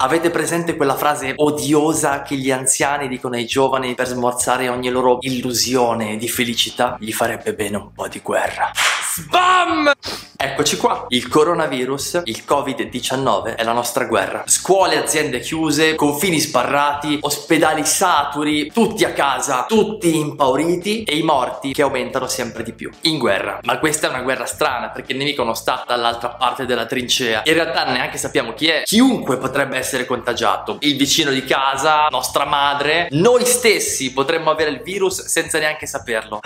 Avete presente quella frase odiosa che gli anziani dicono ai giovani per smorzare ogni loro illusione di felicità? Gli farebbe bene un po' di guerra. Sbam! Eccoci qua, il coronavirus, il Covid-19 è la nostra guerra. Scuole e aziende chiuse, confini sbarrati, ospedali saturi, tutti a casa, tutti impauriti e i morti che aumentano sempre di più. In guerra. Ma questa è una guerra strana perché il nemico non sta dall'altra parte della trincea. In realtà neanche sappiamo chi è. Chiunque potrebbe essere contagiato. Il vicino di casa, nostra madre, noi stessi potremmo avere il virus senza neanche saperlo.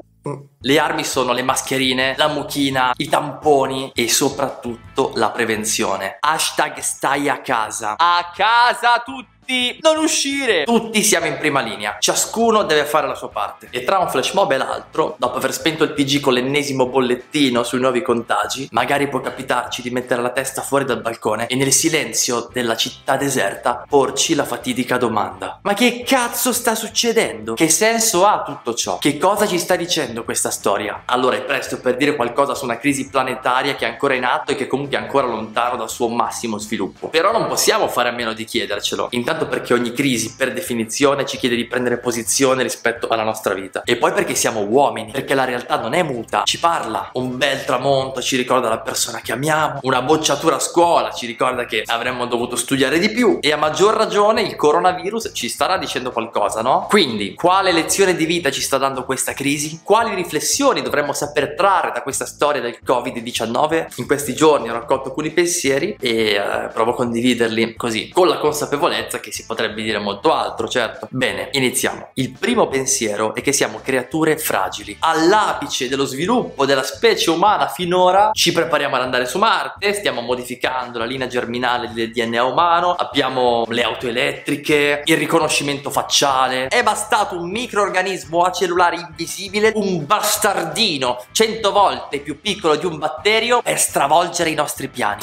Le armi sono le mascherine, la mucchina, i tamponi e soprattutto la prevenzione. Hashtag stai a casa. A casa tutti! Non uscire! Tutti siamo in prima linea, ciascuno deve fare la sua parte. E tra un flash mob e l'altro, dopo aver spento il TG con l'ennesimo bollettino sui nuovi contagi, magari può capitarci di mettere la testa fuori dal balcone e nel silenzio della città deserta porci la fatidica domanda: ma che cazzo sta succedendo? Che senso ha tutto ciò? Che cosa ci sta dicendo questa storia? Allora è presto per dire qualcosa su una crisi planetaria che è ancora in atto e che comunque è ancora lontano dal suo massimo sviluppo. Però non possiamo fare a meno di chiedercelo. Intanto perché ogni crisi per definizione ci chiede di prendere posizione rispetto alla nostra vita, e poi perché siamo uomini, perché la realtà non è muta, ci parla. Un bel tramonto ci ricorda la persona che amiamo, una bocciatura a scuola ci ricorda che avremmo dovuto studiare di più, e a maggior ragione il coronavirus ci starà dicendo qualcosa, no? Quindi quale lezione di vita ci sta dando questa crisi? Quali riflessioni dovremmo saper trarre da questa storia del Covid-19? In questi giorni ho raccolto alcuni pensieri e provo a condividerli così, con la consapevolezza che si potrebbe dire molto altro, certo. Bene, iniziamo. Il primo pensiero è che siamo creature fragili. All'apice dello sviluppo della specie umana finora ci prepariamo ad andare su Marte, stiamo modificando la linea germinale del DNA umano, abbiamo le auto elettriche, il riconoscimento facciale. È bastato un microorganismo acellulare invisibile, un bastardino 100 volte più piccolo di un batterio, per stravolgere i nostri piani.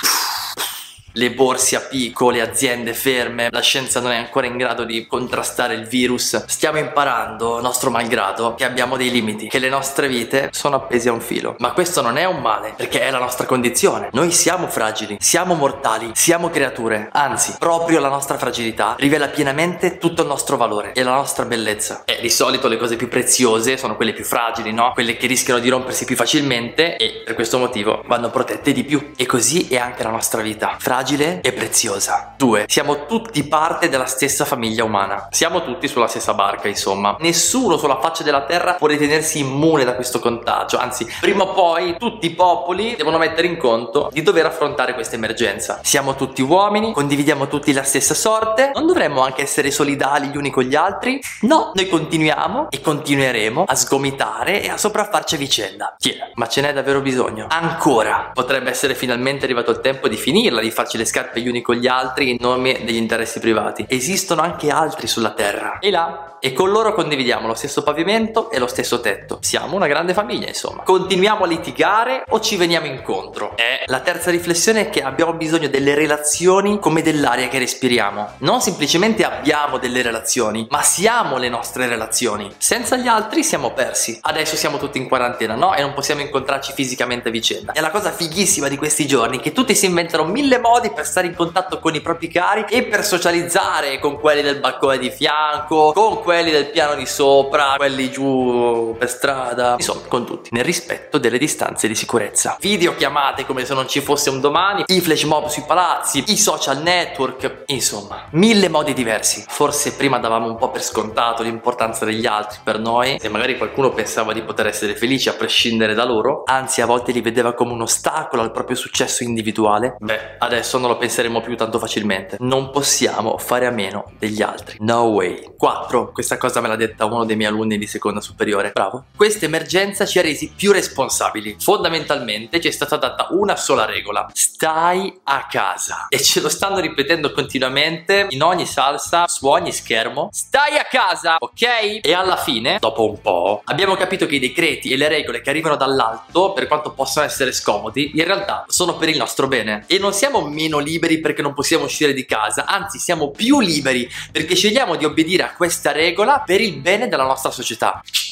Le borse a picco, le aziende ferme, la scienza non è ancora in grado di contrastare il virus. Stiamo imparando, nostro malgrado, che abbiamo dei limiti, che le nostre vite sono appese a un filo. Ma questo non è un male, perché è la nostra condizione. Noi siamo fragili, siamo mortali, siamo creature. Anzi, proprio la nostra fragilità rivela pienamente tutto il nostro valore e la nostra bellezza. E di solito le cose più preziose sono quelle più fragili, no? Quelle che rischiano di rompersi più facilmente e per questo motivo vanno protette di più. E così è anche la nostra vita. Fragile e preziosa. 2. Siamo tutti parte della stessa famiglia umana. Siamo tutti sulla stessa barca, insomma. Nessuno sulla faccia della terra può ritenersi immune da questo contagio. Anzi, prima o poi tutti i popoli devono mettere in conto di dover affrontare questa emergenza. Siamo tutti uomini, condividiamo tutti la stessa sorte. Non dovremmo anche essere solidali gli uni con gli altri? No, noi continuiamo e continueremo a sgomitare e a sopraffarci a vicenda. Ma ce n'è davvero bisogno? Ancora. Potrebbe essere finalmente arrivato il tempo di finirla, di farci le scarpe gli uni con gli altri in nome degli interessi privati. Esistono anche altri sulla terra e là, e con loro condividiamo lo stesso pavimento e lo stesso tetto. Siamo una grande famiglia, insomma. Continuiamo a litigare o ci veniamo incontro? La terza riflessione è che abbiamo bisogno delle relazioni come dell'aria che respiriamo. Non semplicemente abbiamo delle relazioni, ma siamo le nostre relazioni. Senza gli altri siamo persi. Adesso siamo tutti in quarantena, no? E non possiamo incontrarci fisicamente a vicenda. E la cosa fighissima di questi giorni è che tutti si inventano mille modi per stare in contatto con i propri cari e per socializzare con quelli del balcone di fianco, con quelli del piano di sopra, quelli giù per strada, insomma con tutti, nel rispetto delle distanze di sicurezza. Videochiamate come se non ci fosse un domani, i flash mob sui palazzi, i social network, insomma mille modi diversi. Forse prima davamo un po' per scontato l'importanza degli altri per noi e magari qualcuno pensava di poter essere felice a prescindere da loro, anzi a volte li vedeva come un ostacolo al proprio successo individuale. Beh, adesso non lo penseremo più tanto facilmente. Non possiamo fare a meno degli altri. No way. 4. Questa cosa me l'ha detta uno dei miei alunni di seconda superiore. Bravo. Questa emergenza ci ha resi più responsabili. Fondamentalmente ci è stata data una sola regola: stai a casa. E ce lo stanno ripetendo continuamente in ogni salsa, su ogni schermo. Stai a casa, ok? E alla fine, dopo un po', abbiamo capito che i decreti e le regole che arrivano dall'alto, per quanto possano essere scomodi, in realtà sono per il nostro bene. E non siamo meno liberi perché non possiamo uscire di casa, anzi siamo più liberi perché scegliamo di obbedire a questa regola per il bene della nostra società.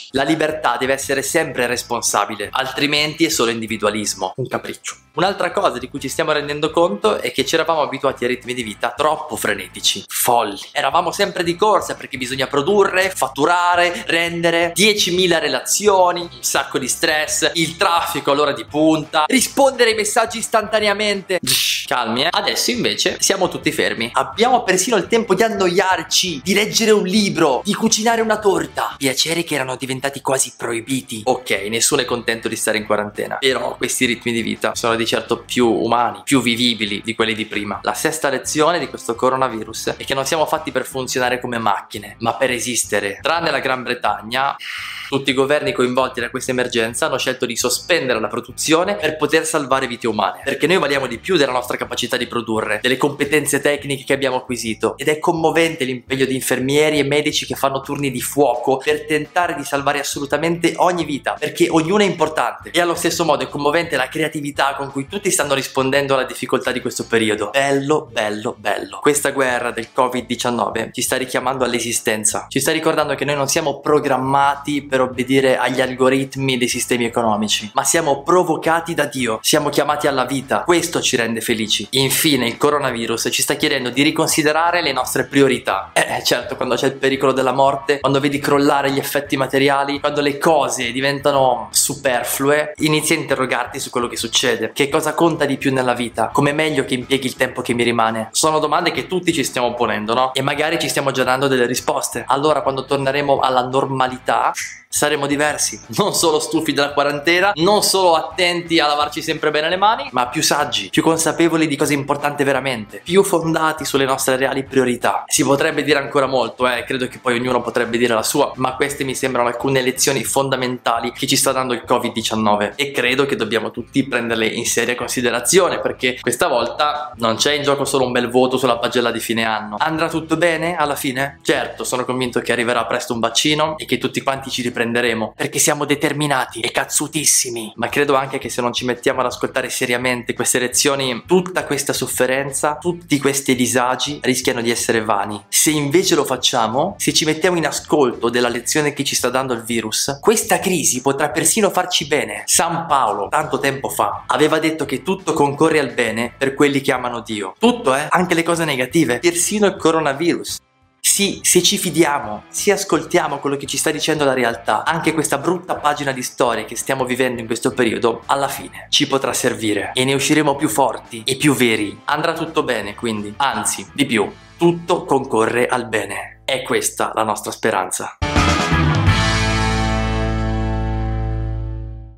La libertà deve essere sempre responsabile, altrimenti è solo individualismo, un capriccio. Un'altra cosa di cui ci stiamo rendendo conto è che ci eravamo abituati a ritmi di vita troppo frenetici, folli. Eravamo sempre di corsa perché bisogna produrre, fatturare, rendere 10.000 relazioni, un sacco di stress, il traffico all'ora di punta, rispondere ai messaggi istantaneamente. Calmi, Adesso invece siamo tutti fermi. Abbiamo persino il tempo di annoiarci, di leggere un libro, di cucinare una torta. Piaceri che erano diventati quasi proibiti. Ok, nessuno è contento di stare in quarantena, però questi ritmi di vita sono di certo più umani, più vivibili di quelli di prima. La sesta lezione di questo coronavirus è che non siamo fatti per funzionare come macchine, ma per esistere. Tranne la Gran Bretagna, tutti i governi coinvolti da questa emergenza hanno scelto di sospendere la produzione per poter salvare vite umane, perché noi valiamo di più della nostra capacità di produrre, delle competenze tecniche che abbiamo acquisito, ed è commovente l'impegno di infermieri e medici che fanno turni di fuoco per tentare di salvare assolutamente ogni vita, perché ognuno è importante. E allo stesso modo è commovente la creatività con cui tutti stanno rispondendo alla difficoltà di questo periodo. Bello, bello, bello. Questa guerra del Covid-19 ci sta richiamando all'esistenza, ci sta ricordando che noi non siamo programmati per obbedire agli algoritmi dei sistemi economici, ma siamo provocati da Dio, siamo chiamati alla vita. Questo ci rende felici. Infine il coronavirus ci sta chiedendo di riconsiderare le nostre priorità. Certo, quando c'è il pericolo della morte, quando vedi crollare gli effetti materiali, quando le cose diventano superflue, inizi a interrogarti su quello che succede. Che cosa conta di più nella vita? Come meglio che impieghi il tempo che mi rimane? Sono domande che tutti ci stiamo ponendo, no? E magari ci stiamo già dando delle risposte. Allora, quando torneremo alla normalità, saremo diversi, non solo stufi della quarantena, non solo attenti a lavarci sempre bene le mani, ma più saggi, più consapevoli di cosa è importante veramente, più fondati sulle nostre reali priorità. Si potrebbe dire ancora molto, credo che poi ognuno potrebbe dire la sua, ma queste mi sembrano alcune lezioni fondamentali che ci sta dando il Covid-19 e credo che dobbiamo tutti prenderle in seria considerazione, perché questa volta non c'è in gioco solo un bel voto sulla pagella di fine anno. Andrà tutto bene alla fine? Certo, sono convinto che arriverà presto un vaccino e che tutti quanti ci riprenderemo, perché siamo determinati e cazzutissimi. Ma credo anche che se non ci mettiamo ad ascoltare seriamente queste lezioni, tutta questa sofferenza, tutti questi disagi rischiano di essere vani. Se invece lo facciamo, se ci mettiamo in ascolto della lezione che ci sta dando il virus, questa crisi potrà persino farci bene. San Paolo, tanto tempo fa, aveva detto che tutto concorre al bene per quelli che amano Dio. Tutto, anche le cose negative, persino il coronavirus. Sì, se ci fidiamo, se ascoltiamo quello che ci sta dicendo la realtà, anche questa brutta pagina di storia che stiamo vivendo in questo periodo, alla fine ci potrà servire e ne usciremo più forti e più veri. Andrà tutto bene, quindi, anzi, di più, tutto concorre al bene. È questa la nostra speranza.